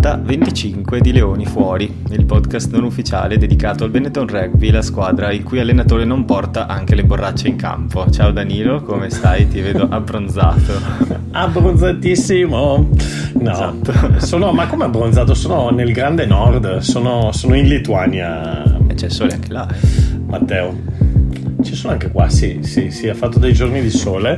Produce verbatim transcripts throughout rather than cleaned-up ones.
puntata venticinque di Leoni Fuori, il podcast non ufficiale dedicato al Benetton Rugby, la squadra il cui allenatore non porta anche le borracce in campo. Ciao Danilo, come stai? Ti vedo abbronzato. Abbronzatissimo. No, esatto. Sono, ma come abbronzato? Sono nel grande nord, sono, sono in Lituania. E c'è il sole anche là, eh. Matteo, ci sono anche qua, sì, sì, sì, ha fatto dei giorni di sole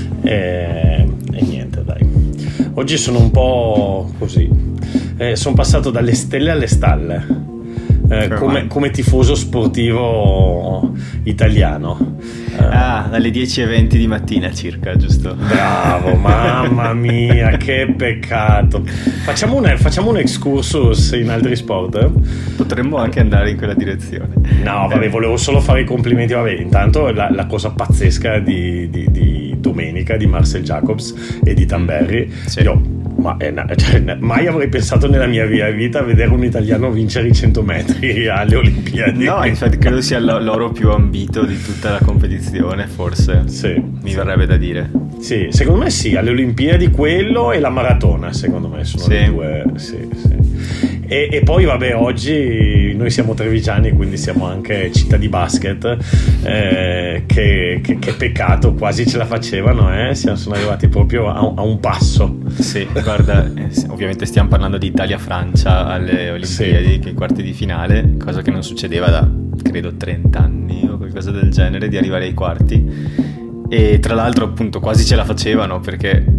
e, e niente, dai. Oggi sono un po' così, eh, sono passato dalle stelle alle stalle, eh, come, come tifoso sportivo italiano. Ah, dalle dieci e venti di mattina circa, giusto? Bravo, mamma mia, che peccato. Facciamo un, facciamo un excursus in altri sport? Potremmo anche andare in quella direzione. No, vabbè, volevo solo fare i complimenti. Vabbè, intanto la, la cosa pazzesca di, di, di domenica di Marcel Jacobs e di Tamberri. Sì. Io ma, eh, cioè, mai avrei pensato nella mia vita vedere un italiano vincere i cento metri alle Olimpiadi. No, infatti credo sia l'oro più ambito di tutta la competizione, forse. Sì, mi sì. verrebbe da dire. Sì, secondo me sì, alle Olimpiadi quello e la maratona, secondo me sono sì. le due. Sì, sì. E, e poi vabbè, oggi noi siamo trevigiani, quindi siamo anche città di basket, eh, che, che, che peccato, quasi ce la facevano, eh? Siamo, sono arrivati proprio a, a un passo. Sì, guarda, eh, ovviamente stiamo parlando di Italia-Francia alle Olimpiadi, sì. Che quarti di finale, cosa che non succedeva da credo trenta anni o qualcosa del genere, di arrivare ai quarti. E tra l'altro appunto quasi ce la facevano, perché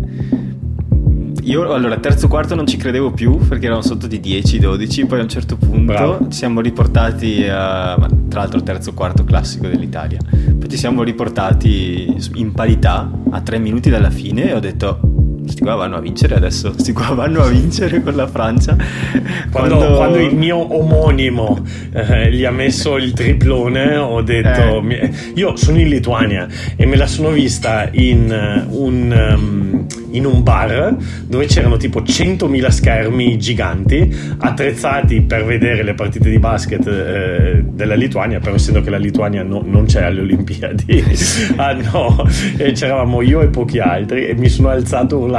io allora terzo quarto non ci credevo più perché erano sotto di dieci dodici, poi a un certo punto Bravo. ci siamo riportati a, tra l'altro terzo quarto classico dell'Italia, poi ci siamo riportati in parità a tre minuti dalla fine e ho detto sti qua vanno a vincere adesso, sti qua vanno a vincere con la Francia. Quando, quando... quando il mio omonimo eh, gli ha messo il triplone ho detto eh. Io sono in Lituania e me la sono vista in un, um, in un bar dove c'erano tipo centomila schermi giganti attrezzati per vedere le partite di basket eh, della Lituania, però essendo che la Lituania no, non c'è alle Olimpiadi ah no, e c'eravamo io e pochi altri e mi sono alzato urlando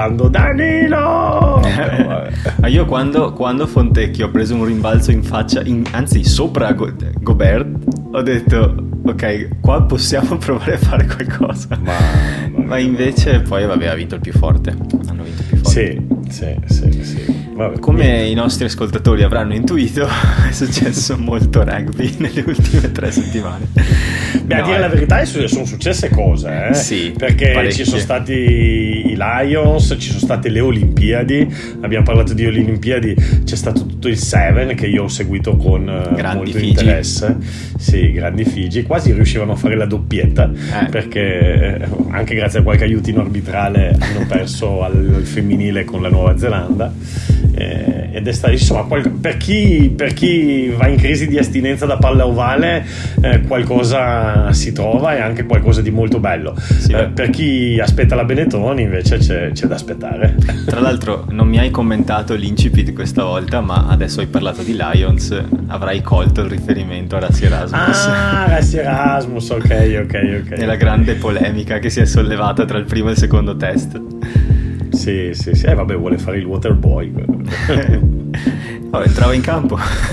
Danilo. Ma io quando, quando Fontecchio ha preso un rimbalzo in faccia, in, anzi sopra Go- Gobert, ho detto ok, qua possiamo provare a fare qualcosa. Ma, ma invece poi vabbè, ha vinto il più forte. Hanno vinto il più forte. Sì, sì, sì, sì. Vabbè, come niente. I nostri ascoltatori avranno intuito, è successo molto rugby nelle ultime tre settimane. Beh, no, a dire eh. la verità sono successe cose, eh? Sì, perché parecchie. Ci sono stati i Lions, ci sono state le Olimpiadi, abbiamo parlato di Olimpiadi, c'è stato tutto il Seven che io ho seguito con grandi molto Figi. interesse. Sì, grandi Figi, quasi riuscivano a fare la doppietta, eh. perché anche grazie a qualche aiutino arbitrale hanno perso al, al femminile con la Nuova Zelanda. Eh, ed è stato insomma qual- per, chi, per chi va in crisi di astinenza da palla ovale eh, qualcosa si trova e anche qualcosa di molto bello. Sì, eh, per chi aspetta la Benetton invece c'è, c'è da aspettare. Tra l'altro non mi hai commentato l'incipit questa volta, ma adesso hai parlato di Lions, avrai colto il riferimento a Rassi Erasmus. Ah, Rassi Erasmus, ok ok ok. E la grande polemica che si è sollevata tra il primo e il secondo test. Sì, sì, sì, eh, vabbè, vuole fare il water boy. Oh, entrava in campo.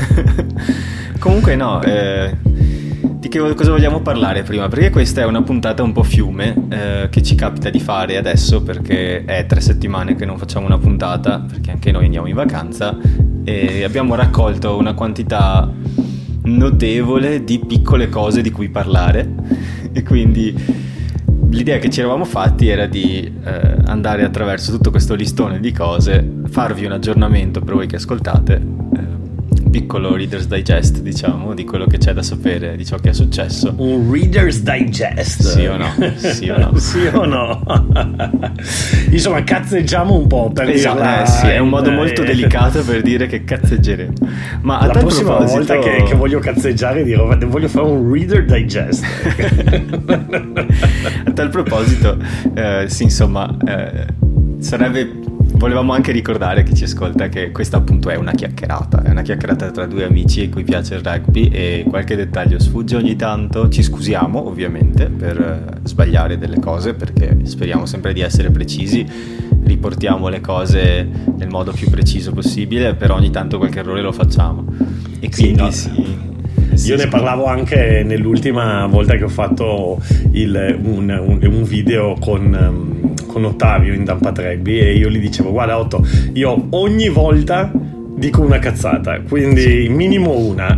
Comunque no, eh, di che cosa vogliamo parlare prima? Perché questa è una puntata un po' fiume eh, che ci capita di fare adesso, perché è tre settimane che non facciamo una puntata, perché anche noi andiamo in vacanza e abbiamo raccolto una quantità notevole di piccole cose di cui parlare e quindi l'idea che ci eravamo fatti era di eh, andare attraverso tutto questo listone di cose, farvi un aggiornamento per voi che ascoltate, eh, piccolo Reader's Digest, diciamo, di quello che c'è da sapere, di ciò che è successo. Un Reader's Digest? Sì o no? Sì o no? Sì o no? Insomma, cazzeggiamo un po' per esatto, dirla, eh, sì, è un modo eh, molto delicato per dire che cazzeggeremo. Ma a la tal prossima proposito... volta che, che voglio cazzeggiare dirò voglio fare un Reader Digest. A tal proposito, eh, sì, insomma, eh, sarebbe... Volevamo anche ricordare chi ci ascolta che questa appunto è una chiacchierata, è una chiacchierata tra due amici a cui piace il rugby e qualche dettaglio sfugge ogni tanto, ci scusiamo ovviamente per sbagliare delle cose perché speriamo sempre di essere precisi, riportiamo le cose nel modo più preciso possibile, però ogni tanto qualche errore lo facciamo e quindi sì, no. sì. Io ne parlavo anche nell'ultima volta che ho fatto il, un, un, un video con, con Ottavio in Dampatrebbi, e io gli dicevo: guarda Otto, io ogni volta dico una cazzata, quindi minimo una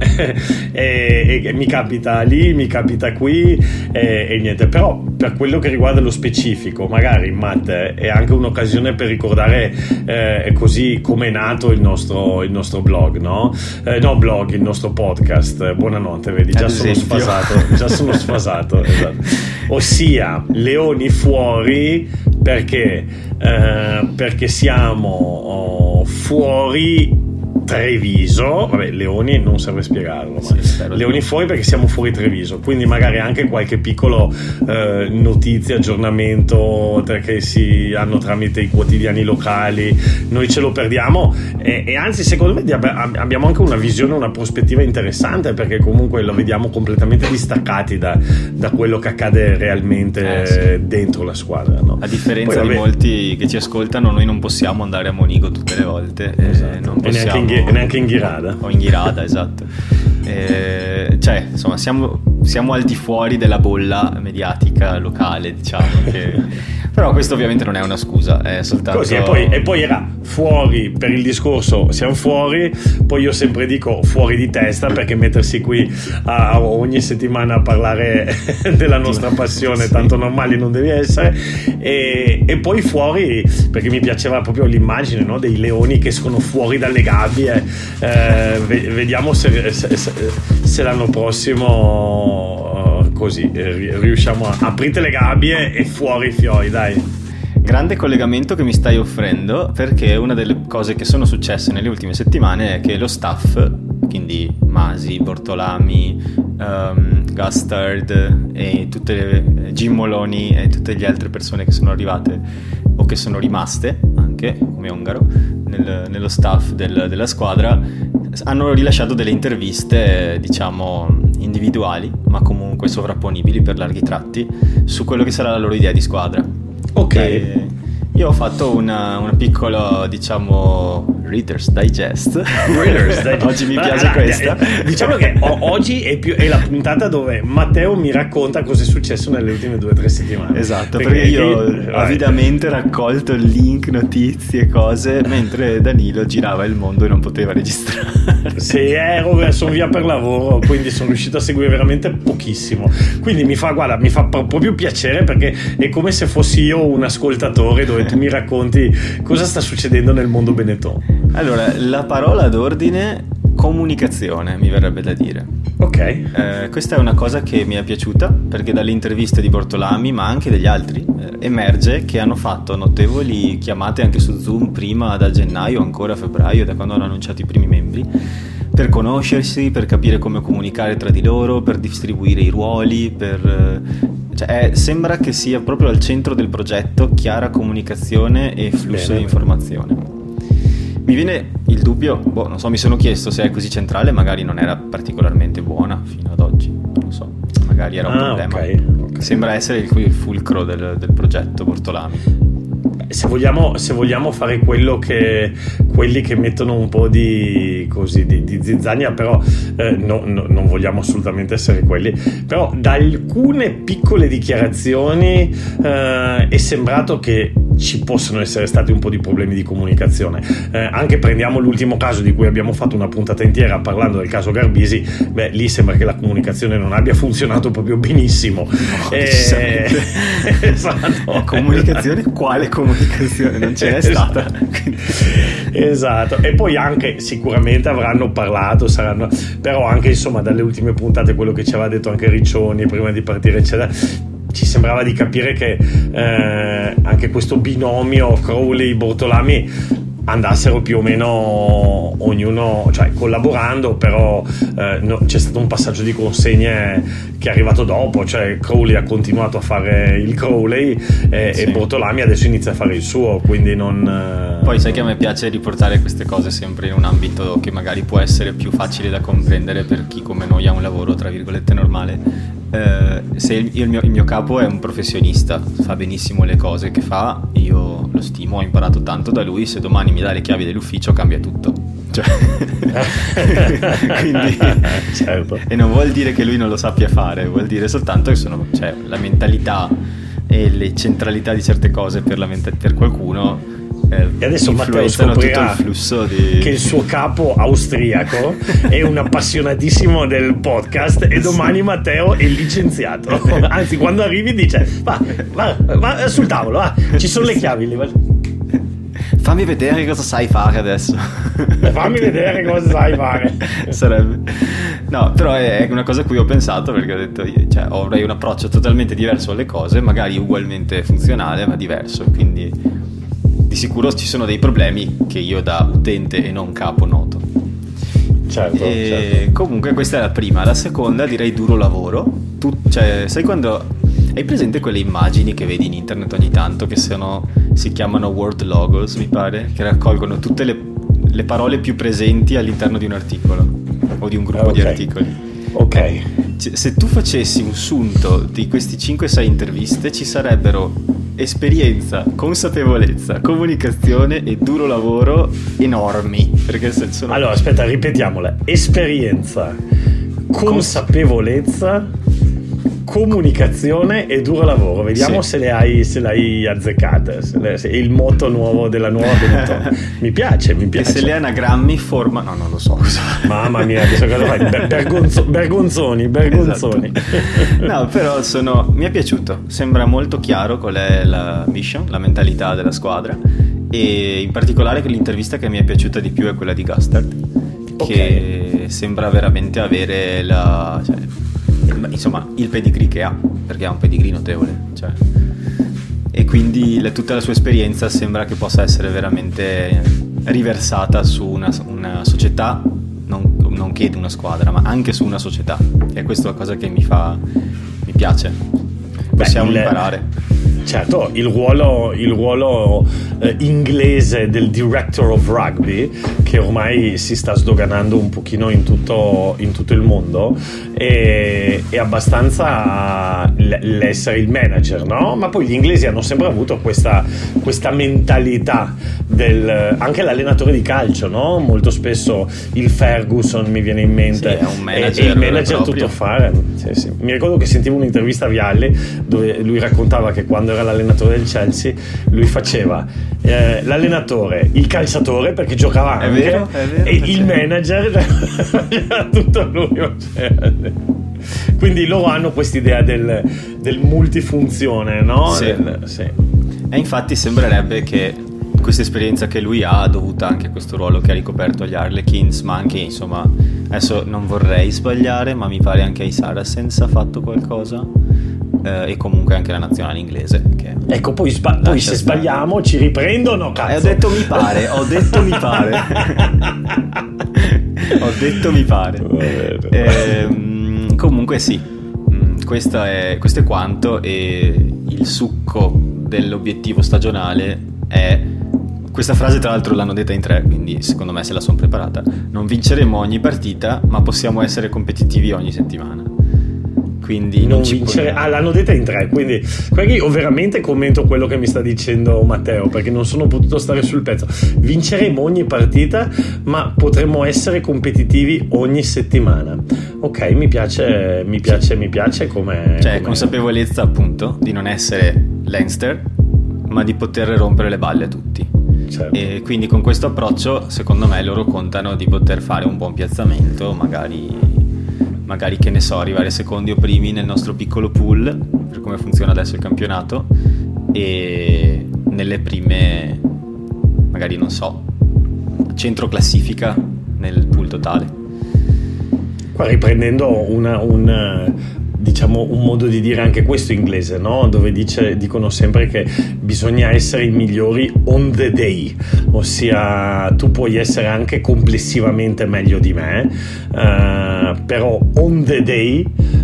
e, e mi capita lì, mi capita qui e, e niente. Però per quello che riguarda lo specifico, magari Matt, è anche un'occasione per ricordare eh, così come è nato il nostro, il nostro blog, no? Eh, no blog, il nostro podcast. Buonanotte, vedi, già sono sfasato, già sono sfasato, esatto. Ossia Leoni Fuori, perché eh, perché siamo oh, fuori Treviso, vabbè, Leoni non serve spiegarlo, ma sì, Leoni fuori perché siamo fuori Treviso, quindi magari anche qualche piccolo eh, notizia, aggiornamento che si hanno tramite i quotidiani locali, noi ce lo perdiamo e, e anzi secondo me abbiamo anche una visione, una prospettiva interessante, perché comunque lo vediamo completamente distaccati da, da quello che accade realmente eh, sì. dentro la squadra, no? A differenza Poi, di molti che ci ascoltano, noi non possiamo andare a Monigo tutte le volte, esatto. eh, non possiamo E neanche in Ghirada o in Ghirada, esatto. Eh, cioè insomma siamo, siamo al di fuori della bolla mediatica locale, diciamo che... Però questo ovviamente non è una scusa, è soltanto così. E poi, e poi era fuori per il discorso siamo fuori, poi io sempre dico fuori di testa, perché mettersi qui a, a ogni settimana a parlare della nostra passione, sì. tanto normali non devi essere, e, e poi fuori perché mi piaceva proprio l'immagine, no? Dei leoni che escono fuori dalle gabbie. eh, vediamo se, se, se, se l'anno prossimo uh, così eh, riusciamo a aprite le gabbie e fuori i fiori, dai. Grande collegamento che mi stai offrendo, perché una delle cose che sono successe nelle ultime settimane è che lo staff, quindi Masi, Bortolami, um, Gustard e tutte le Jim Moloney e tutte le altre persone che sono arrivate o che sono rimaste anche come Ongaro nel, nello staff del, della squadra, hanno rilasciato delle interviste, diciamo individuali ma comunque sovrapponibili per larghi tratti, su quello che sarà la loro idea di squadra. Ok. E io ho fatto una, una piccola, diciamo, Reader's Digest. Reader's Digest. Oggi mi piace allora, questa. Diciamo che o- oggi è, più, è la puntata dove Matteo mi racconta cosa è successo nelle ultime due o tre settimane. Esatto, perché, perché io ho avidamente raccolto link, notizie, cose, mentre Danilo girava il mondo e non poteva registrare. Sì, ero, sono via per lavoro, quindi sono riuscito a seguire veramente pochissimo. Quindi mi fa, guarda, mi fa proprio piacere, perché è come se fossi io un ascoltatore dove tu mi racconti cosa sta succedendo nel mondo Benetton. Allora, la parola d'ordine comunicazione, mi verrebbe da dire. Ok. Eh, questa è una cosa che mi è piaciuta, perché dalle interviste di Bortolami, ma anche degli altri, eh, emerge che hanno fatto notevoli chiamate anche su Zoom prima, da gennaio, ancora a febbraio, da quando hanno annunciato i primi membri, per conoscersi, per capire come comunicare tra di loro, per distribuire i ruoli, per... Cioè, è, sembra che sia proprio al centro del progetto chiara comunicazione e flusso bene, di informazione. Mi viene il dubbio, boh, non so, mi sono chiesto se è così centrale, magari non era particolarmente buona fino ad oggi, non lo so, magari era un ah, problema. Okay, okay. Sembra essere il, il fulcro del, del progetto Bortolami. Se vogliamo, se vogliamo fare quello che quelli che mettono un po' di così di, di zizzania, però eh, no, no, non vogliamo assolutamente essere quelli, però da alcune piccole dichiarazioni eh, è sembrato che ci possono essere stati un po' di problemi di comunicazione. Eh, anche prendiamo l'ultimo caso di cui abbiamo fatto una puntata intera parlando del caso Garbisi, beh, lì sembra che la comunicazione non abbia funzionato proprio benissimo. No, eh, esatto. La comunicazione, quale comunicazione? Non ce n'è stata. Esatto. E poi anche sicuramente avranno parlato, saranno, però anche insomma dalle ultime puntate, quello che ci aveva detto anche Riccioni prima di partire eccetera, ci sembrava di capire che eh, anche questo binomio Crowley-Bortolami andassero più o meno ognuno, cioè collaborando, però eh, no, c'è stato un passaggio di consegne che è arrivato dopo, cioè Crowley ha continuato a fare il Crowley e, sì. e Bortolami adesso inizia a fare il suo, quindi non... Poi sai che a me piace riportare queste cose sempre in un ambito che magari può essere più facile da comprendere per chi come noi ha un lavoro tra virgolette normale. Eh, se il, il, mio, il mio capo è un professionista, fa benissimo le cose che fa, io lo stimo, ho imparato tanto da lui. Se domani mi dà le chiavi dell'ufficio cambia tutto, cioè, quindi certo. E non vuol dire che lui non lo sappia fare, vuol dire soltanto che sono, cioè, la mentalità e le centralità di certe cose per, la menta- per qualcuno eh, e adesso Matteo scoprirà tutto il flusso di... che il suo capo austriaco è un appassionatissimo del podcast e domani Matteo è licenziato, anzi quando arrivi dice va, va, va sul tavolo, va. Ci sono le chiavi lì, va. Fammi vedere cosa sai fare adesso. Fammi vedere cosa sai fare. Sarebbe. No, però è una cosa a cui ho pensato, perché ho detto, cioè, avrei un approccio totalmente diverso alle cose, magari ugualmente funzionale ma diverso, quindi di sicuro ci sono dei problemi che io da utente e non capo noto. Certo, e certo. Comunque questa è la prima. La seconda direi duro lavoro. Tu, cioè, sai quando hai presente quelle immagini che vedi in internet ogni tanto che sono, si chiamano word logos, mi pare, che raccolgono tutte le, le parole più presenti all'interno di un articolo o di un gruppo okay. di articoli. Ok. Se tu facessi un sunto di questi cinque sei interviste, ci sarebbero esperienza, consapevolezza, comunicazione e duro lavoro enormi, perché se sono... Allora aspetta, ripetiamola: esperienza, consapevolezza, comunicazione e duro lavoro. Vediamo sì. se le hai, se le hai azzeccate, se, le, se è il motto nuovo della nuova Benetton. Mi piace, mi piace. E se le anagrammi forma... no, non lo so cosa. Mamma mia, cosa fai? Bergonzo, bergonzoni, bergonzoni. Esatto. No, però sono... mi è piaciuto. Sembra molto chiaro qual è la mission, la mentalità della squadra, e in particolare che l'intervista che mi è piaciuta di più è quella di Gustard, okay. che sembra veramente avere la... cioè, insomma il pedigree che ha, perché ha un pedigree notevole, cioè. E quindi la, tutta la sua esperienza sembra che possa essere veramente riversata su una, una società, non, non che una squadra, ma anche su una società, e questa è la cosa che mi fa mi piace. Possiamo Beh, il, imparare. Certo, il ruolo, il ruolo eh, inglese del director of rugby, che ormai si sta sdoganando un pochino in tutto, in tutto il mondo, è, è abbastanza l'essere il manager, no? Ma poi gli inglesi hanno sempre avuto questa, questa mentalità del, anche l'allenatore di calcio, no? Molto spesso il Ferguson mi viene in mente, sì, è un manager, è il manager tutto fare. Sì, sì. Mi ricordo che sentivo un'intervista a Vialli dove lui raccontava che quando era l'allenatore del Chelsea lui faceva eh, l'allenatore, il calciatore perché giocava anche, è vero, è vero, e il manager era tutto lui, cioè, quindi loro hanno quest'idea del, del multifunzione, no? Sì. Del, sì. E infatti sembrerebbe che questa esperienza che lui ha dovuta anche a questo ruolo che ha ricoperto agli Harlequins, ma anche, insomma, adesso non vorrei sbagliare, ma mi pare anche ai Saracens ha fatto qualcosa. Eh, e comunque anche la nazionale inglese, che ecco, poi, sba- poi se sbagliamo ci riprendono, cazzo. Eh, ho detto mi pare, ho detto mi pare ho detto mi pare eh, comunque sì, questo è, questo è quanto, e il succo dell'obiettivo stagionale è questa frase. Tra l'altro l'hanno detta in tre, quindi secondo me se la sono preparata: non vinceremo ogni partita, ma possiamo essere competitivi ogni settimana. Quindi non, non ci vincere, ah, l'hanno detta in tre, quindi io veramente commento quello che mi sta dicendo Matteo, perché non sono potuto stare sul pezzo. Vinceremo ogni partita, ma potremo essere competitivi ogni settimana. Ok, mi piace, mi piace, mi piace come, cioè come... consapevolezza appunto di non essere Leinster, ma di poter rompere le balle a tutti. Certo. E quindi con questo approccio secondo me loro contano di poter fare un buon piazzamento, magari magari che ne so, arrivare secondi o primi nel nostro piccolo pool, per come funziona adesso il campionato, e nelle prime, magari non so, centro classifica nel pool totale. Qua riprendendo una, un diciamo un modo di dire anche questo inglese, no? Dove dice, dicono sempre che bisogna essere i migliori on the day, ossia tu puoi essere anche complessivamente meglio di me, eh, però on the day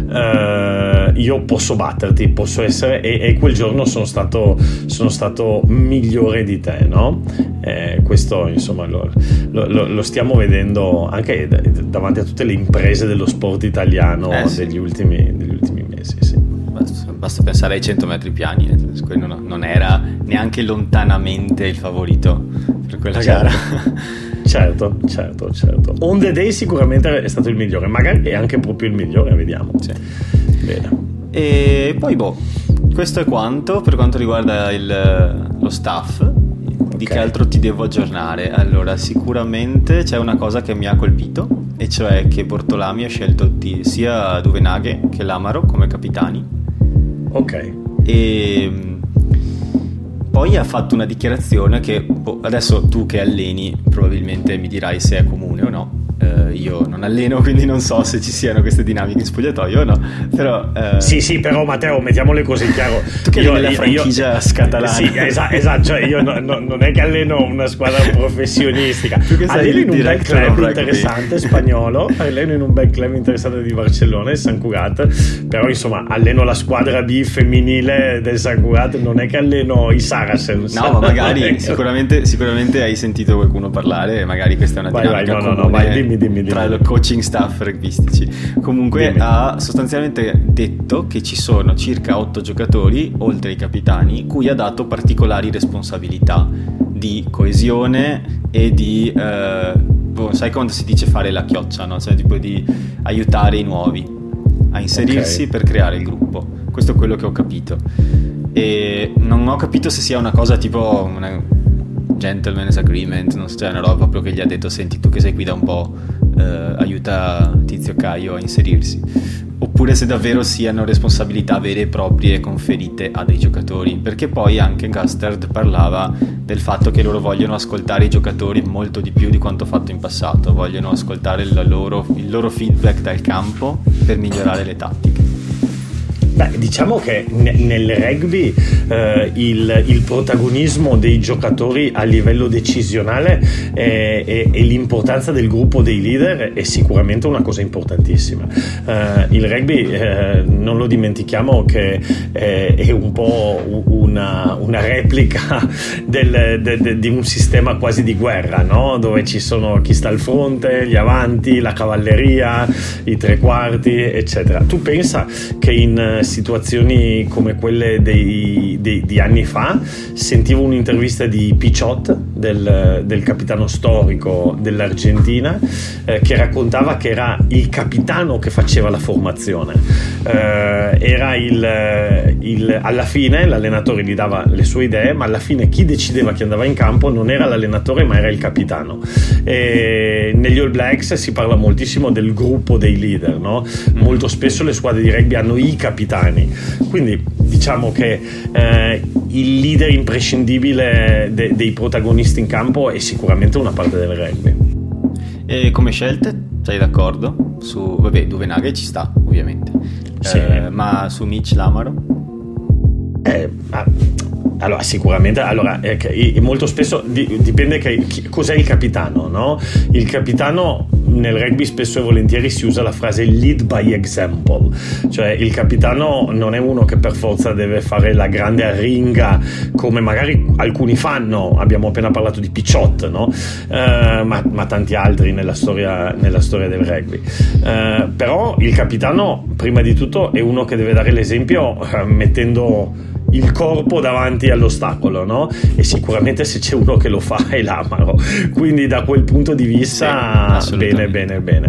eh, io posso batterti, posso essere, e, e quel giorno sono stato, sono stato migliore di te, no? Eh, questo insomma lo, lo, lo stiamo vedendo anche davanti a tutte le imprese dello sport italiano eh, sì. degli, ultimi, degli ultimi mesi, sì. Basta, basta pensare ai cento metri piani, quello no, non era neanche lontanamente il favorito per quella certo. gara. Certo, certo, certo. On the day sicuramente è stato il migliore, magari è anche proprio il migliore, vediamo. Sì. Bene. E poi boh, questo è quanto per quanto riguarda il, lo staff. Di Okay. che altro ti devo aggiornare? Allora, sicuramente c'è una cosa che mi ha colpito, e cioè che Bortolami ha scelto di, sia Duvenaghe che Lamaro come capitani. Ok. E poi ha fatto una dichiarazione che boh, adesso tu che alleni probabilmente mi dirai se è comune o no. Uh, io non alleno, quindi non so se ci siano queste dinamiche in spogliatoio o no, però uh... sì sì però Matteo, mettiamo le cose in chiaro. Tu che alleni la franchigia scatalana. Sì, esatto, esatto, cioè io no, no, non è che alleno una squadra professionistica, tu che sei alleno in un bel club rugby. interessante spagnolo, alleno in un bel club interessante di Barcellona, il Sant Cugat, però insomma alleno la squadra B femminile del Sant Cugat, non è che alleno i Saracens. No, ma magari sicuramente, sicuramente hai sentito qualcuno parlare, magari questa è una vai, dinamica vai, no, comune no, no, vai, dimmi, dimmi, dimmi. tra il coaching staff rugbyistici. Comunque dimmi. Ha sostanzialmente detto che ci sono circa otto giocatori, oltre ai capitani, cui ha dato particolari responsabilità di coesione e di eh, boh, sai quando si dice fare la chioccia, no? Cioè tipo di aiutare i nuovi a inserirsi okay. per creare il gruppo. Questo è quello che ho capito, e non ho capito se sia una cosa tipo una gentleman's agreement, non so, cioè una roba proprio che gli ha detto: senti, tu che sei qui da un po', eh, aiuta Tizio Caio a inserirsi, oppure se davvero siano responsabilità vere e proprie conferite a dei giocatori, perché poi anche Gustard parlava del fatto che loro vogliono ascoltare i giocatori molto di più di quanto fatto in passato, vogliono ascoltare il loro, il loro feedback dal campo per migliorare le tattiche. Beh, diciamo che nel rugby eh, il, il protagonismo dei giocatori a livello decisionale e, e, e l'importanza del gruppo dei leader è sicuramente una cosa importantissima. Eh, il rugby, eh, non lo dimentichiamo, che è, è un po' una, una replica del, de, de, di un sistema quasi di guerra, no? Dove ci sono chi sta al fronte, gli avanti, la cavalleria, i tre quarti, eccetera. Tu pensa che in situazioni come quelle dei, dei, di anni fa sentivo un'intervista di Pichot, del, del capitano storico dell'Argentina, eh, che raccontava che era il capitano che faceva la formazione, eh, era il, il, alla fine l'allenatore gli dava le sue idee, ma alla fine chi decideva chi andava in campo non era l'allenatore ma era il capitano. E negli All Blacks si parla moltissimo del gruppo dei leader, no? Molto spesso le squadre di rugby hanno i capitani, quindi diciamo che eh, il leader imprescindibile de- dei protagonisti in campo è sicuramente una parte del rugby. E come scelte sei d'accordo? Su, vabbè, Duvenaghe ci sta ovviamente, sì. eh, ma su Mitch Lamaro? Eh, ah, allora sicuramente allora, eh, molto spesso di, dipende che, chi, cos'è il capitano, no? Il capitano nel rugby spesso e volentieri si usa la frase lead by example, cioè il capitano non è uno che per forza deve fare la grande arringa come magari alcuni fanno, abbiamo appena parlato di Pichot, no? eh, ma, ma tanti altri nella storia, nella storia del rugby, eh, però il capitano prima di tutto è uno che deve dare l'esempio eh, mettendo il corpo davanti all'ostacolo, no? E sicuramente se c'è uno che lo fa è Lamaro, quindi da quel punto di vista sì, bene bene bene.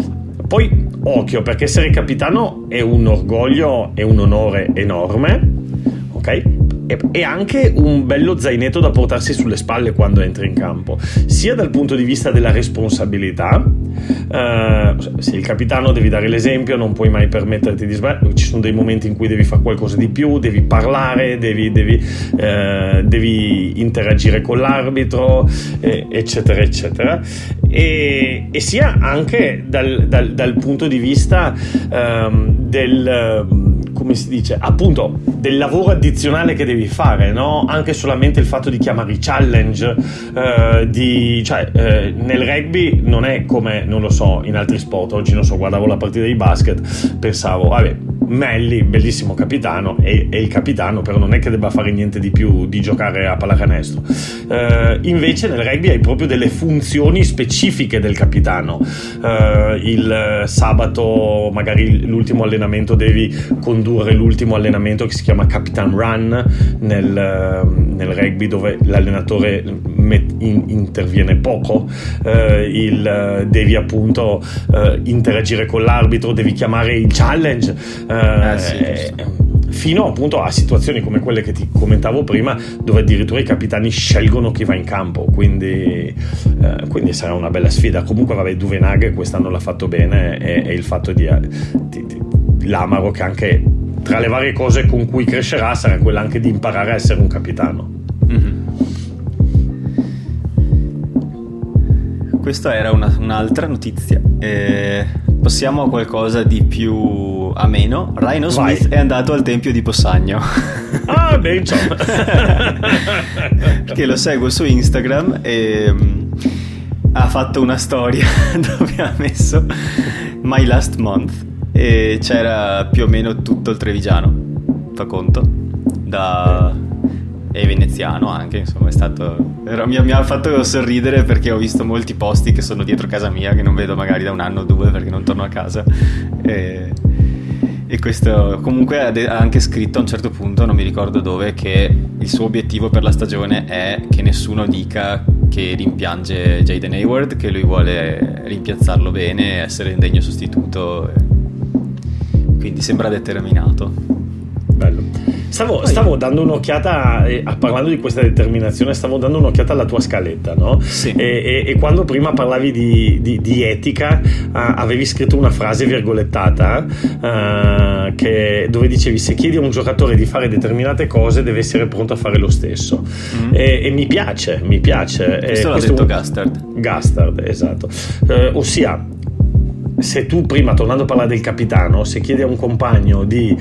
Poi occhio, perché essere capitano è un orgoglio e un onore enorme, ok? e, e anche un bello zainetto da portarsi sulle spalle quando entri in campo, sia dal punto di vista della responsabilità. Uh, se il capitano devi dare l'esempio, non puoi mai permetterti di sbagliare, ci sono dei momenti in cui devi fare qualcosa di più, devi parlare, devi, devi, uh, devi interagire con l'arbitro, eh, eccetera eccetera, e, e sia anche dal, dal, dal punto di vista um, del come si dice, appunto, del lavoro addizionale che devi fare, no? Anche solamente il fatto di chiamare i challenge, eh, di, cioè eh, nel rugby non è come, non lo so, in altri sport. Oggi non so, guardavo la partita di basket, pensavo, vabbè, Melli, bellissimo capitano, è, è il capitano, però non è che debba fare niente di più di giocare a pallacanestro. Eh, invece nel rugby hai proprio delle funzioni specifiche del capitano. Eh, il sabato, magari l'ultimo allenamento, devi condurre l'ultimo allenamento che si chiama Capitan Run nel, nel rugby, dove l'allenatore met, in, interviene poco. Eh, il, devi appunto eh, interagire con l'arbitro, devi chiamare il challenge. Eh, Eh, sì, eh, fino appunto a situazioni come quelle che ti commentavo prima, dove addirittura i capitani scelgono chi va in campo, quindi, eh, quindi sarà una bella sfida. Comunque vabbè, Duvenag quest'anno l'ha fatto bene, e, e il fatto di, di, di l'Amaro, che anche tra le varie cose con cui crescerà sarà quella anche di imparare a essere un capitano. Mm-hmm. Questa era una, un'altra notizia. Eh, passiamo a qualcosa di più ameno. Rhino Vai. Smith è andato al tempio di Possagno. Ah, beh, insomma. Che lo seguo su Instagram e um, ha fatto una storia dove ha messo My Last Month e c'era più o meno tutto il trevigiano, fa conto, da... e veneziano anche, insomma è stato era, mi, mi ha fatto sorridere, perché ho visto molti posti che sono dietro casa mia che non vedo magari da un anno o due perché non torno a casa, e, e questo comunque ha anche scritto a un certo punto, non mi ricordo dove, che il suo obiettivo per la stagione è che nessuno dica che rimpiange Jaden Hayward, che lui vuole rimpiazzarlo bene, essere un degno sostituto, quindi sembra determinato. Bello. Stavo, stavo dando un'occhiata, eh, parlando di questa determinazione, stavo dando un'occhiata alla tua scaletta, no? Sì. E, e, e quando prima parlavi di, di, di etica, uh, avevi scritto una frase virgolettata uh, che, dove dicevi: se chiedi a un giocatore di fare determinate cose deve essere pronto a fare lo stesso. Mm. E, e mi piace, mi piace. Questo eh, l'ha questo detto Gastard. Gastard, esatto. Uh, ossia, se tu prima, tornando a parlare del capitano, se chiedi a un compagno di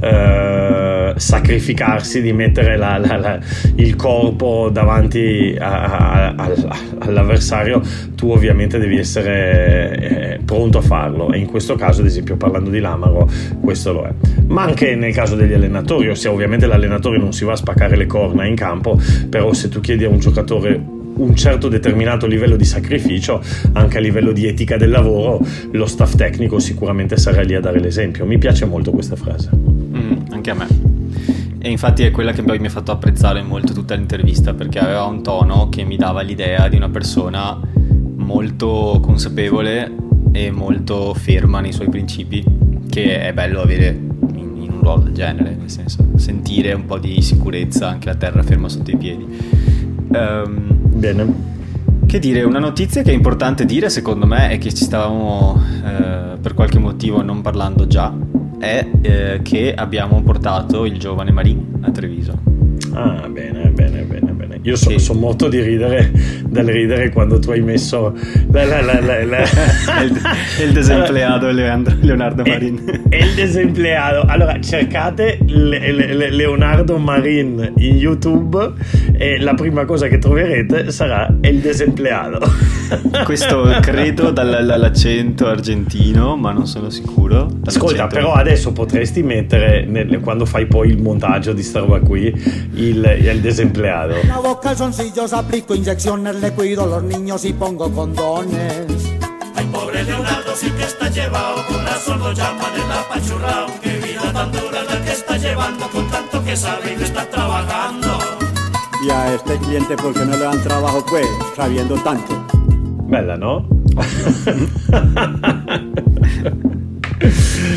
eh, sacrificarsi, di mettere la, la, la, il corpo davanti a, a, a, all'avversario, tu ovviamente devi essere eh, pronto a farlo, e in questo caso, ad esempio parlando di Lamaro, questo lo è. Ma anche nel caso degli allenatori, ossia ovviamente l'allenatore non si va a spaccare le corna in campo, però se tu chiedi a un giocatore un certo determinato livello di sacrificio, anche a livello di etica del lavoro, lo staff tecnico sicuramente sarà lì a dare l'esempio. Mi piace molto questa frase. Mm, anche a me. E infatti è quella che poi mi ha fatto apprezzare molto tutta l'intervista, perché aveva un tono che mi dava l'idea di una persona molto consapevole e molto ferma nei suoi principi, che è bello avere in, in un ruolo del genere, nel senso, sentire un po' di sicurezza, anche la terra ferma sotto i piedi. Um, Bene. Che dire, una notizia che è importante dire secondo me, e che ci stavamo eh, per qualche motivo non parlando già, è eh, che abbiamo portato il giovane Marin a Treviso. Ah, bene, bene, bene, bene. Io sono Sì. so molto di ridere, dal ridere quando tu hai messo la, la, la, la, la... il, il desempleado Leandro, Leonardo Marin. E il desempleado. Allora cercate le, le, Leonardo Marin in YouTube e la prima cosa che troverete sarà il desempleado. Questo credo dall'accento argentino, ma non sono sicuro. Ascolta, però adesso potresti mettere nel, quando fai poi il montaggio di sta roba qui, il, il desempleado. La voz calzoncillos, aplico inyecciones, le cuido los niños y pongo condones. Ay, pobre Leonardo, sí que está llevado, corazón lo llaman el apachurrao. Qué vida tan dura la que está llevando, con tanto que sabe y no está trabajando. Y a este cliente, ¿por qué no le dan trabajo, pues, sabiendo tanto? Bella, no?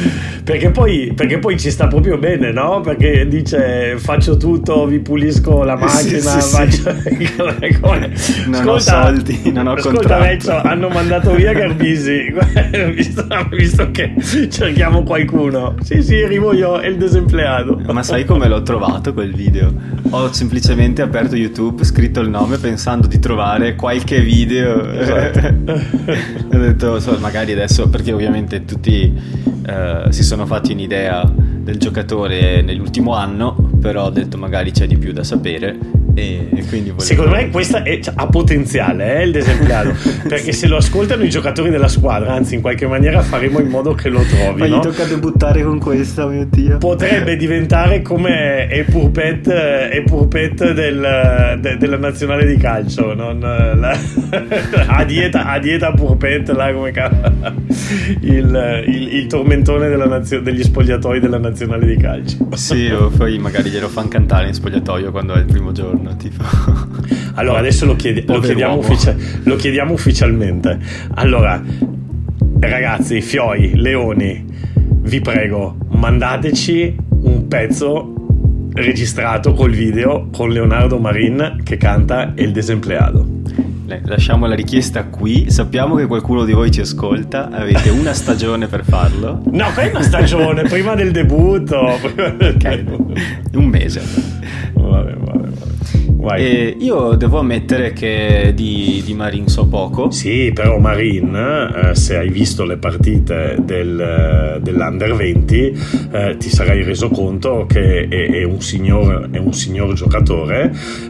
perché poi, perché poi ci sta proprio bene, no? Perché dice faccio tutto, vi pulisco la macchina, sì, sì, faccio... sì. Come... non ascolta, ho soldi, non ho ascolta contratto. Vecchio, hanno mandato via Garbisi visto, visto che cerchiamo qualcuno. Sì sì, arrivo io e il desempleato. Ma sai come l'ho trovato quel video? Ho semplicemente aperto YouTube, scritto il nome pensando di trovare qualche video. Esatto. Ho detto so, magari adesso, perché ovviamente tutti eh, si sono fatti un'idea del giocatore nell'ultimo anno, però ho detto magari c'è di più da sapere e quindi volevo... Secondo me questa è, cioè, ha potenziale, eh, il desempleato, perché se lo ascoltano i giocatori della squadra, anzi in qualche maniera faremo in modo che lo trovi, ma no? gli tocca debuttare con questa, mio Dio. Potrebbe diventare come e Purpet e Purpet del, de, della nazionale di calcio, non la, a dieta a dieta Purpet là, come cazzo, il, il, il tormentone della nazio, degli spogliatoi della nazionale di calcio. Sì, o poi magari glielo fanno cantare in spogliatoio quando è il primo giorno, tipo. Allora adesso lo, chiedi, lo, chiediamo, uffici- lo chiediamo ufficialmente. Allora ragazzi, fioi, leoni, vi prego, mandateci un pezzo registrato col video con Leonardo Marin che canta El Desempleado. Lasciamo la richiesta qui. Sappiamo che qualcuno di voi ci ascolta. Avete una stagione per farlo. No, poi una stagione prima del debutto, prima del Okay. debutto. Un mese. Vabbè, vabbè, vabbè. Vai. E io devo ammettere che di, di Marin so poco. Sì, però Marin, eh, se hai visto le partite del, dell'Under venti, eh, ti sarai reso conto che è, è, un, signor, è un signor giocatore.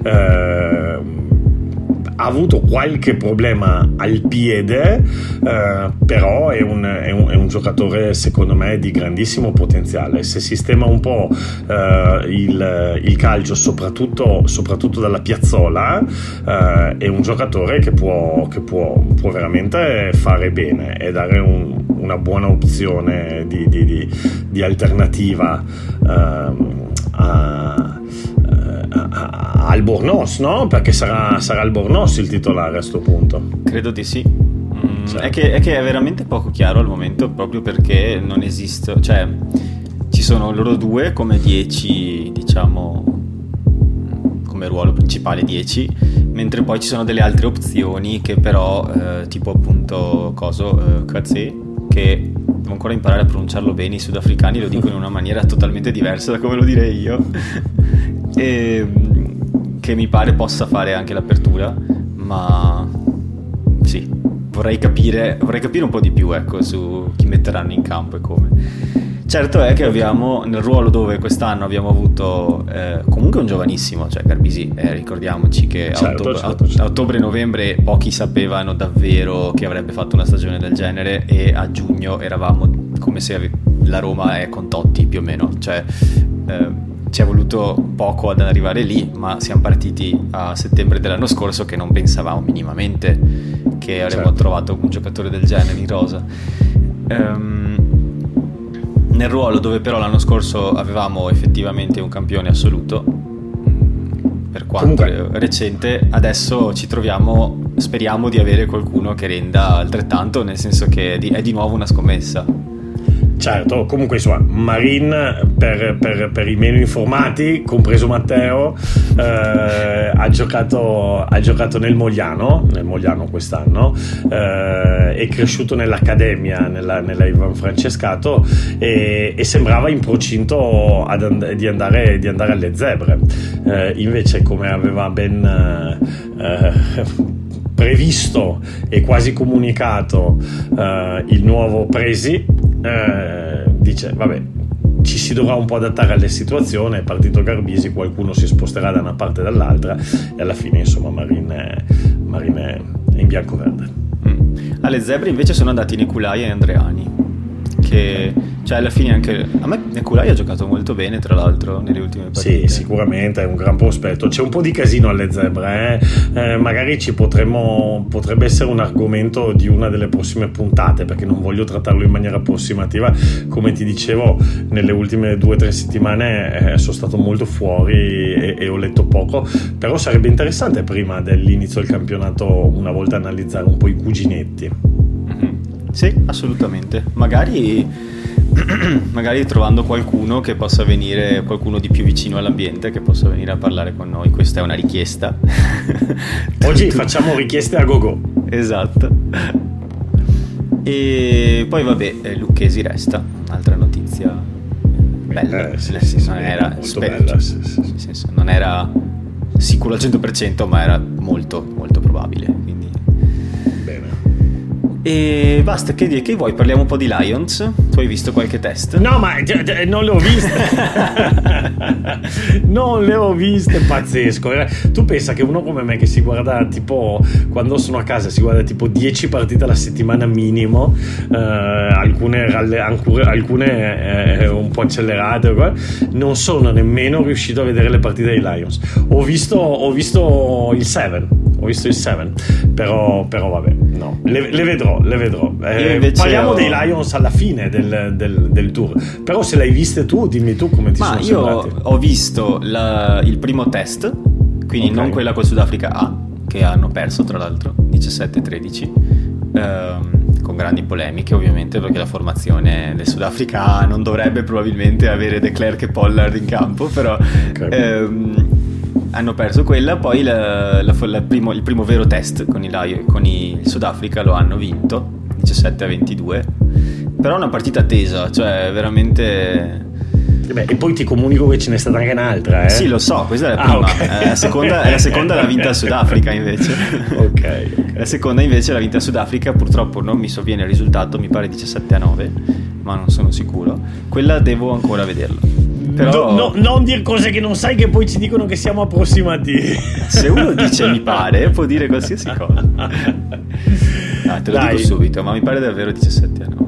Eh, ha avuto qualche problema al piede, eh, però è un, è, un, è un giocatore secondo me di grandissimo potenziale. Se sistema un po' eh, il, il calcio soprattutto, soprattutto dalla piazzola, eh, è un giocatore che può, che può, può veramente fare bene e dare un, una buona opzione di, di, di, di alternativa eh, a Albornoz, no? Perché sarà, sarà Albornoz il titolare a sto punto. Credo di sì. Mm, Cioè. è, che, è che è veramente poco chiaro al momento, proprio perché non esiste, cioè ci sono loro due come dieci, diciamo, come ruolo principale dieci, mentre poi ci sono delle altre opzioni che però eh, tipo appunto coso eh, Kazé, che devo ancora imparare a pronunciarlo bene, i sudafricani lo dicono in una maniera totalmente diversa da come lo direi io. E, che mi pare possa fare anche l'apertura, ma sì, vorrei capire vorrei capire un po' di più, ecco, su chi metteranno in campo e come. Certo è che abbiamo nel ruolo dove quest'anno abbiamo avuto eh, comunque un giovanissimo, cioè Garbisi, eh, ricordiamoci che certo, a, ottobre, certo, certo. a ottobre-novembre pochi sapevano davvero che avrebbe fatto una stagione del genere, e a giugno eravamo come se ave- la Roma è con Totti più o meno, cioè eh, ci è voluto poco ad arrivare lì, ma siamo partiti a settembre dell'anno scorso che non pensavamo minimamente che avremmo certo. trovato un giocatore del genere in rosa. Um, nel ruolo dove però l'anno scorso avevamo effettivamente un campione assoluto, per quanto Comunque. recente, adesso ci troviamo, speriamo di avere qualcuno che renda altrettanto, nel senso che è di, è di nuovo una scommessa. Certo, comunque insomma, Marin per, per, per i meno informati, compreso Matteo, eh, ha giocato ha giocato nel Mogliano, nel Mogliano quest'anno, eh, è cresciuto nell'accademia, nella, nella Ivan Francescato, e, e sembrava in procinto ad and- di, andare, di andare alle Zebre. Eh, invece, come aveva ben eh, previsto e quasi comunicato eh, il nuovo Presi, eh, dice vabbè, ci si dovrà un po' adattare alle situazioni, è partito Garbisi, qualcuno si sposterà da una parte e dall'altra, e alla fine insomma Marin è, Marin è in bianco-verde. Mm. Alle Zebre invece sono andati Neculai e Andreani, che cioè alla fine anche a me Neculai ha giocato molto bene, tra l'altro, nelle ultime partite. Sì, sicuramente è un gran prospetto. C'è un po' di casino alle Zebre, eh? Eh, magari ci potremmo potrebbe essere un argomento di una delle prossime puntate, perché non voglio trattarlo in maniera approssimativa. Come ti dicevo, nelle ultime due o tre settimane eh, sono stato molto fuori e, e ho letto poco, però sarebbe interessante prima dell'inizio del campionato una volta analizzare un po' i cuginetti. Mm-hmm. Sì, assolutamente. Magari magari trovando qualcuno che possa venire, qualcuno di più vicino all'ambiente che possa venire a parlare con noi. Questa è una richiesta. Oggi facciamo richieste a gogo. Esatto. E poi vabbè, Lucchesi resta, un'altra notizia bella, eh, sì, nel sì, senso, sì, non era molto sper- bella, sì, sì. nel senso, non era sicuro al cento per cento, ma era molto molto probabile, quindi bene. E basta, che dire, che vuoi? Parliamo un po' di Lions? Tu hai visto qualche test? No, ma g- g- non le ho viste. Non le ho viste, pazzesco. Tu pensa che uno come me che si guarda tipo, quando sono a casa si guarda tipo dieci partite alla settimana minimo, eh, alcune, ralle- alcune eh, un po' accelerate, non sono nemmeno riuscito a vedere le partite dei Lions. Ho visto, ho visto il sette, ho visto il sette, però, però vabbè, no, le, le vedrò, le vedrò. Eh, parliamo ho... dei Lions alla fine del, del, del tour, però se l'hai viste tu, dimmi tu come ti Ma sono io sembrati. Ho visto la, il primo test, quindi okay. non quella col Sudafrica A, che hanno perso tra l'altro diciassette tredici, ehm, con grandi polemiche ovviamente, perché la formazione del Sudafrica A non dovrebbe probabilmente avere De Klerk e Pollard in campo, però okay. ehm, hanno perso quella. Poi la, la, la primo, il primo vero test con, i, con il Sudafrica lo hanno vinto diciassette a ventidue, però è una partita tesa, cioè veramente. Beh, e poi ti comunico che ce n'è stata anche un'altra, eh? Sì, lo so, questa è la prima. Ah, okay. eh, la seconda, la seconda l'ha vinta il Sudafrica invece. Ok, okay. La seconda invece l'ha vinta il Sudafrica, purtroppo non mi sovviene il risultato, mi pare diciassette a nove, ma non sono sicuro. Quella devo ancora vederla. Però no, no, non dire cose che non sai, che poi ci dicono che siamo approssimativi. Se uno dice mi pare, può dire qualsiasi cosa. Ah, te lo Dai. dico subito, ma mi pare davvero diciassette a nove.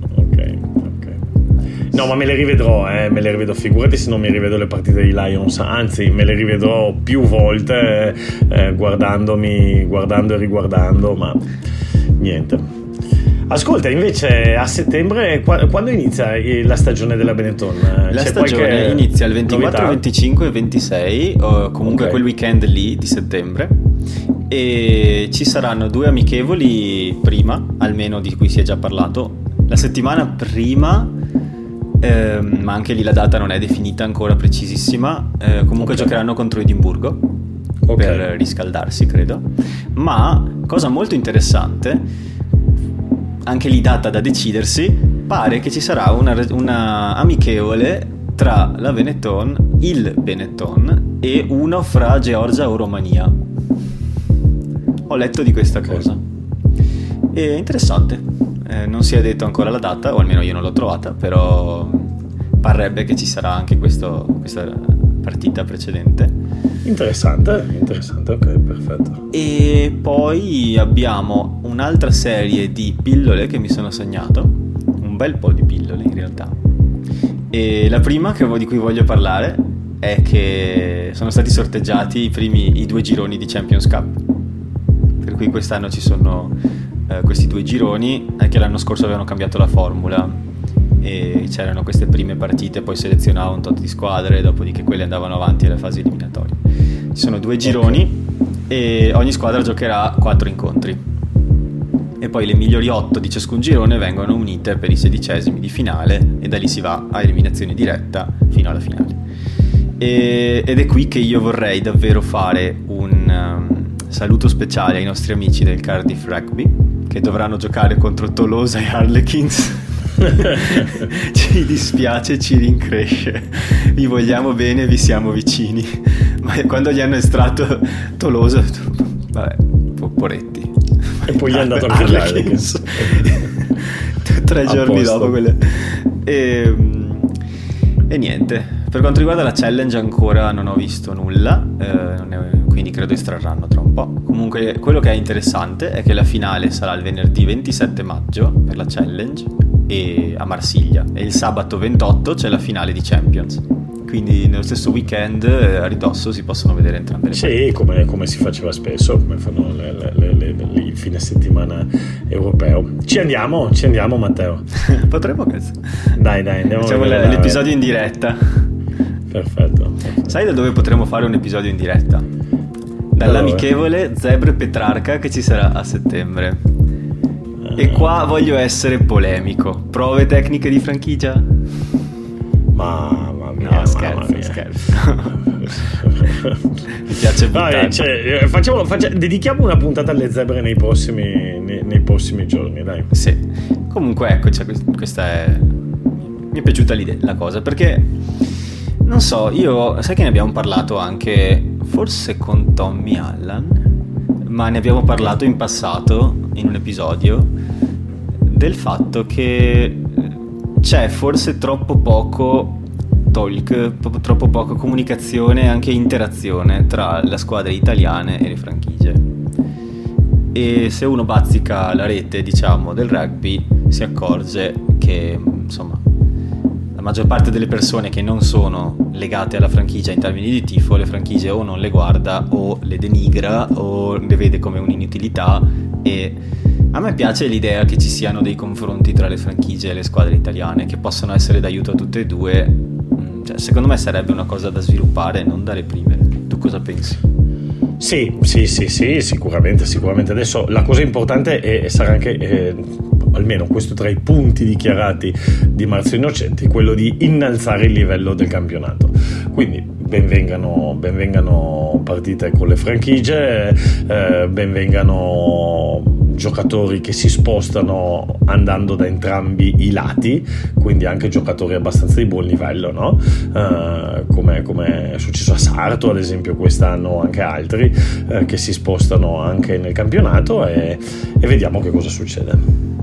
No, ma me le rivedrò, eh, me le rivedrò, figurati se non mi rivedo le partite dei Lions, anzi me le rivedrò più volte, eh, guardandomi, guardando e riguardando, ma niente. Ascolta, invece a settembre, quando inizia la stagione della Benetton? La C'è stagione inizia il ventiquattro, venticinque e ventisei, o comunque okay. quel weekend lì di settembre, e ci saranno due amichevoli prima, almeno di cui si è già parlato, la settimana prima. Eh, ma anche lì la data non è definita ancora precisissima, eh, comunque okay. giocheranno contro Edimburgo okay. per riscaldarsi, credo. Ma cosa molto interessante, anche lì data da decidersi, pare che ci sarà una, una amichevole tra la Benetton, il Benetton e uno fra Georgia o Romania. Ho letto di questa okay. cosa, è interessante. Eh, non si è detto ancora la data, o almeno io non l'ho trovata, però parrebbe che ci sarà anche questo, questa partita precedente. Interessante, interessante, ok, perfetto. E poi abbiamo un'altra serie di pillole che mi sono segnato, un bel po' di pillole in realtà. E la prima che, di cui voglio parlare è che sono stati sorteggiati i primi i due gironi di Champions Cup, per cui quest'anno ci sono Uh, questi due gironi, anche l'anno scorso avevano cambiato la formula e c'erano queste prime partite, poi selezionavano un tot di squadre, dopodiché quelle andavano avanti alle fasi eliminatorie. Ci sono due gironi okay. e ogni squadra giocherà quattro incontri e poi le migliori otto di ciascun girone vengono unite per i sedicesimi di finale e da lì si va a eliminazione diretta fino alla finale. E, ed è qui che io vorrei davvero fare un um, saluto speciale ai nostri amici del Cardiff Rugby, che dovranno giocare contro Tolosa e Harlequins. Ci dispiace, ci rincresce, vi vogliamo bene, vi siamo vicini, ma quando gli hanno estratto Tolosa, vabbè, poretti, e poi gli è andato anche Harlequins tre giorni dopo quelle. E, e niente, per quanto riguarda la challenge ancora non ho visto nulla, eh, non è, quindi credo estrarranno tra un po'. Comunque quello che è interessante è che la finale sarà il venerdì ventisette maggio per la challenge e a Marsiglia, e il sabato ventotto c'è la finale di Champions, quindi nello stesso weekend a ridosso si possono vedere entrambe le sì, come, come si faceva spesso, come fanno le, le, le, le, le, il fine settimana europeo. Ci andiamo, ci andiamo Matteo. Potremmo che... Dai dai, andiamo. Facciamo a l'episodio in diretta. Perfetto, perfetto. Sai da dove potremmo fare un episodio in diretta? Dall'amichevole Zebre Petrarca che ci sarà a settembre. E qua voglio essere polemico. Prove tecniche di franchigia? Mamma mia, No, scherzo, mamma mia. scherzo. Mi piace buttare. Vabbè, cioè, facciamo, facciamo, dedichiamo una puntata alle zebre nei prossimi, nei, nei prossimi giorni, dai. Sì. Comunque ecco, cioè, questa è... mi è piaciuta l'idea, la cosa, perché non so, io sai che ne abbiamo parlato anche forse con Tommy Allan, ma ne abbiamo parlato in passato in un episodio del fatto che c'è forse troppo poco talk, troppo poco comunicazione e anche interazione tra le squadre italiane e le franchigie. E se uno bazzica la rete, diciamo, del rugby, si accorge che, insomma, la maggior parte delle persone che non sono legate alla franchigia in termini di tifo, le franchigie o non le guarda o le denigra o le vede come un'inutilità. E a me piace l'idea che ci siano dei confronti tra le franchigie e le squadre italiane che possano essere d'aiuto a tutte e due. Cioè, secondo me sarebbe una cosa da sviluppare e non da reprimere. Tu cosa pensi? Sì, sì, sì, sì, sicuramente, sicuramente. Adesso la cosa importante è, sarà anche, eh, almeno questo tra i punti dichiarati di Marzio Innocenti, quello di innalzare il livello del campionato. Quindi benvengano, benvengano partite con le franchigie, eh, benvengano giocatori che si spostano andando da entrambi i lati, quindi anche giocatori abbastanza di buon livello, no? Uh, come, come è successo a Sarto ad esempio quest'anno, anche altri uh, che si spostano anche nel campionato, e, e vediamo che cosa succede.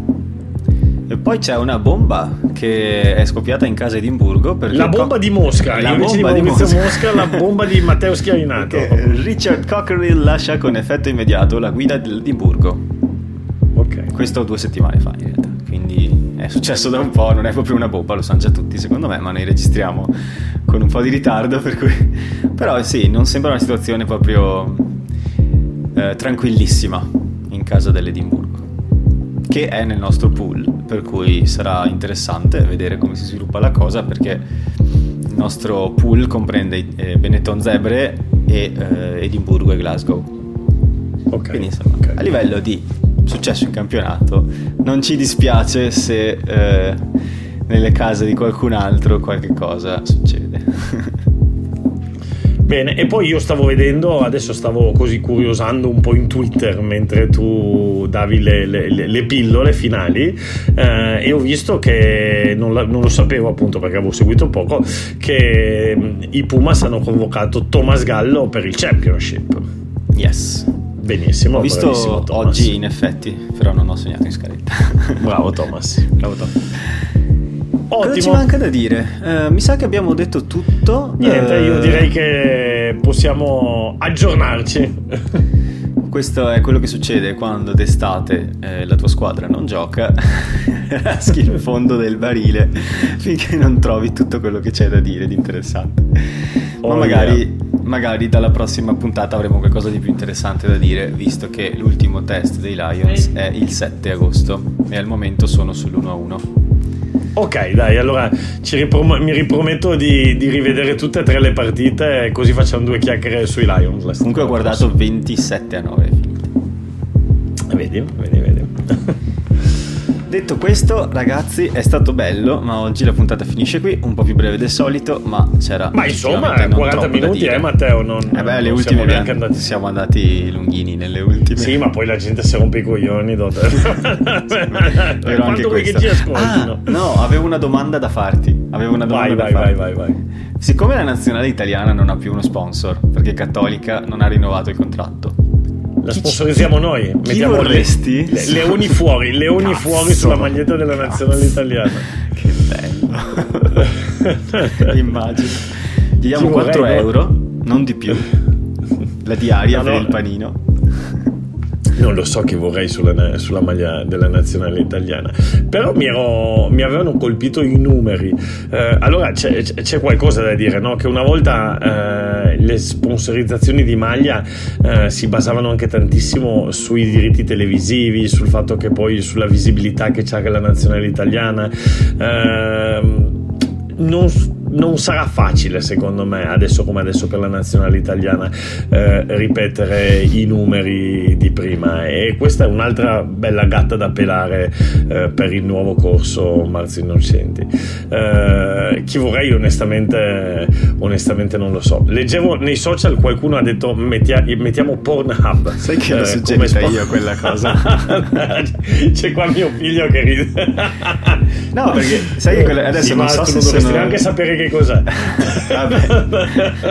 E poi c'è una bomba che è scoppiata in casa Edimburgo, perché la bomba di Mosca, la invece bomba di Maurizio di Mosca. Mosca, la bomba di Matteo Schiavinato. Richard Cockerill lascia con effetto immediato la guida dell'Edimburgo. Okay. Questo due settimane fa in realtà, quindi è successo da un po', non è proprio una bomba, lo sanno già tutti secondo me, ma noi registriamo con un po' di ritardo, per cui... però sì, non sembra una situazione proprio eh, tranquillissima in casa dell'Edimburgo, che è nel nostro pool, per cui sarà interessante vedere come si sviluppa la cosa, perché il nostro pool comprende eh, Benetton Zebre e eh, Edimburgo e Glasgow. Okay. Quindi insomma, Okay. a livello di successo in campionato non ci dispiace se eh, nelle case di qualcun altro qualche cosa succede. Bene, e poi io stavo vedendo, adesso stavo così curiosando un po' in Twitter mentre tu davi le, le, le pillole finali, eh, e ho visto che non, la, non lo sapevo appunto perché avevo seguito poco, che mh, i Pumas hanno convocato Thomas Gallo per il Championship. Yes. Benissimo, Ho visto bravissimo Thomas. oggi in effetti, però non ho segnato in scaletta. Bravo Thomas. Bravo Tom. Cosa ci Ottimo. manca da dire? Eh, mi sa che abbiamo detto tutto. Niente, Eh, io direi che possiamo aggiornarci. Questo è quello che succede quando d'estate eh, la tua squadra non gioca, raschi il fondo del barile finché non trovi tutto quello che c'è da dire di interessante. Ma Oh, magari, yeah. magari dalla prossima puntata avremo qualcosa di più interessante da dire, visto che l'ultimo test dei Lions è il sette agosto e al momento sono sull'uno a uno. Ok, dai, allora ci riprom- mi riprometto di, di rivedere tutte e tre le partite, così facciamo due chiacchiere sui Lions. La Comunque ho guardato ventisette a nove, è finito. Vedi, vedi, vedi. Detto questo, ragazzi, è stato bello, ma oggi la puntata finisce qui, un po' più breve del solito, ma c'era Ma insomma, effettivamente non quaranta troppo da minuti, dire. eh, Matteo, non, Eh beh, le non ultime siamo neanche abbiamo- andati. siamo andati lunghini nelle ultime. Sì, ma poi la gente si rompe i coglioni. dopo. Vero anche Quanto vuoi che questo. ci ascoltino? Ah, no, avevo una domanda da farti. Avevo una domanda Vai, da vai, vai, farti. vai, vai. Siccome la nazionale italiana non ha più uno sponsor, perché Cattolica non ha rinnovato il contratto, La sponsorizziamo noi. Mettiamo le, vorresti? le, leoni fuori, leoni Cazzo. fuori sulla maglietta della nazionale italiana. che bello. Immagino. Gli diamo Ci quattro vorrei, no? euro, non di più. La diaria No, per no. il panino. Non lo so che vorrei sulla, sulla maglia della nazionale italiana, però mi, ero, mi avevano colpito i numeri. Eh, allora c'è, c'è qualcosa da dire, no? Che una volta eh, le sponsorizzazioni di maglia eh, si basavano anche tantissimo sui diritti televisivi, sul fatto che poi sulla visibilità che c'ha la nazionale italiana. Eh, non non sarà facile secondo me adesso come adesso per la nazionale italiana eh, ripetere i numeri di prima, e questa è un'altra bella gatta da pelare eh, per il nuovo corso Marzo Innocenti. Eh, chi vorrei onestamente onestamente non lo so. Leggevo nei social qualcuno ha detto mettia, mettiamo Pornhub. Sai che l'ho eh, suggerita spo- io quella cosa. C'è qua mio figlio che ride. No, perché sai che quella, adesso sì, non ma so tu se non dovresti sono... neanche sapere che cos'è. Vabbè.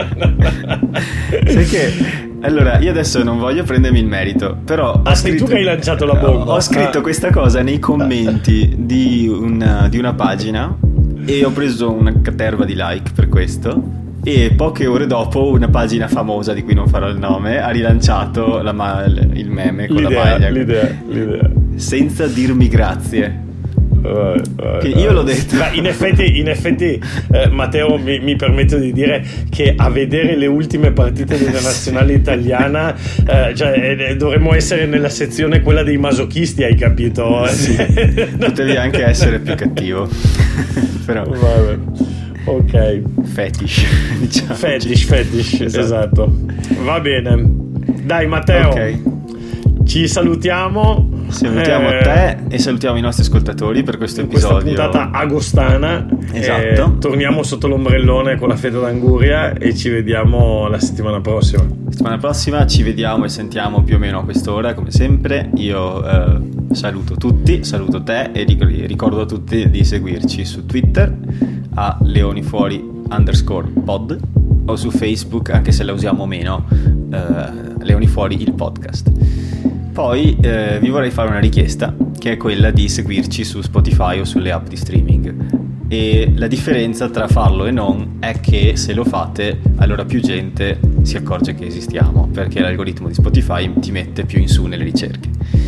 Sai che allora io adesso non voglio prendermi il merito, però ah, ho sei scritto, tu che hai lanciato la bomba. Ho scritto ah. questa cosa nei commenti di una, di una pagina e ho preso una caterva di like per questo, e poche ore dopo una pagina famosa di cui non farò il nome ha rilanciato la ma- il meme con l'idea, la maglia l'idea, l'idea. senza dirmi grazie. Vai, vai, che vai. io l'ho detto. Ma in effetti, in effetti eh, Matteo mi, mi permetto di dire che a vedere le ultime partite della nazionale italiana eh, cioè, eh, dovremmo essere nella sezione quella dei masochisti, hai capito? Sì, potevi anche essere più cattivo. Però vabbè. Ok, fetish, diciamo. Fetish, fetish, esatto. esatto. Va bene. Dai Matteo, ok, ci salutiamo. Salutiamo eh, te e salutiamo i nostri ascoltatori per questo episodio. Questa puntata agostana. Esatto. Eh, torniamo sotto l'ombrellone con la feta d'anguria e ci vediamo la settimana prossima. La settimana prossima ci vediamo e sentiamo più o meno a quest'ora, come sempre. Io eh, saluto tutti, saluto te e ricordo a tutti di seguirci su Twitter a leonifuori underscore pod o su Facebook, anche se la usiamo meno, eh, leonifuori il podcast. Poi eh, vi vorrei fare una richiesta, che è quella di seguirci su Spotify o sulle app di streaming, e la differenza tra farlo e non è che se lo fate allora più gente si accorge che esistiamo, perché l'algoritmo di Spotify ti mette più in su nelle ricerche.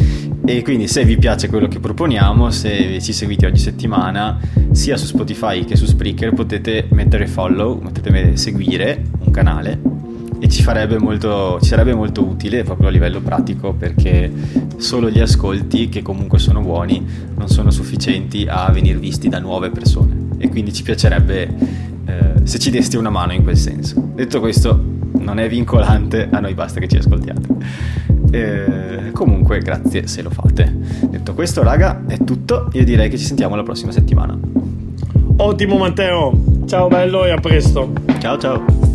E quindi se vi piace quello che proponiamo, se ci seguite ogni settimana sia su Spotify che su Spreaker, potete mettere follow, potete seguire un canale, e ci farebbe molto, ci sarebbe molto utile proprio a livello pratico, perché solo gli ascolti, che comunque sono buoni, non sono sufficienti a venir visti da nuove persone, e quindi ci piacerebbe eh, se ci deste una mano in quel senso. Detto questo, non è vincolante, a noi basta che ci ascoltiate. Eh, comunque grazie se lo fate. Detto questo, raga, è tutto. Io direi che ci sentiamo la prossima settimana. Ottimo Matteo, ciao bello e a presto. Ciao ciao.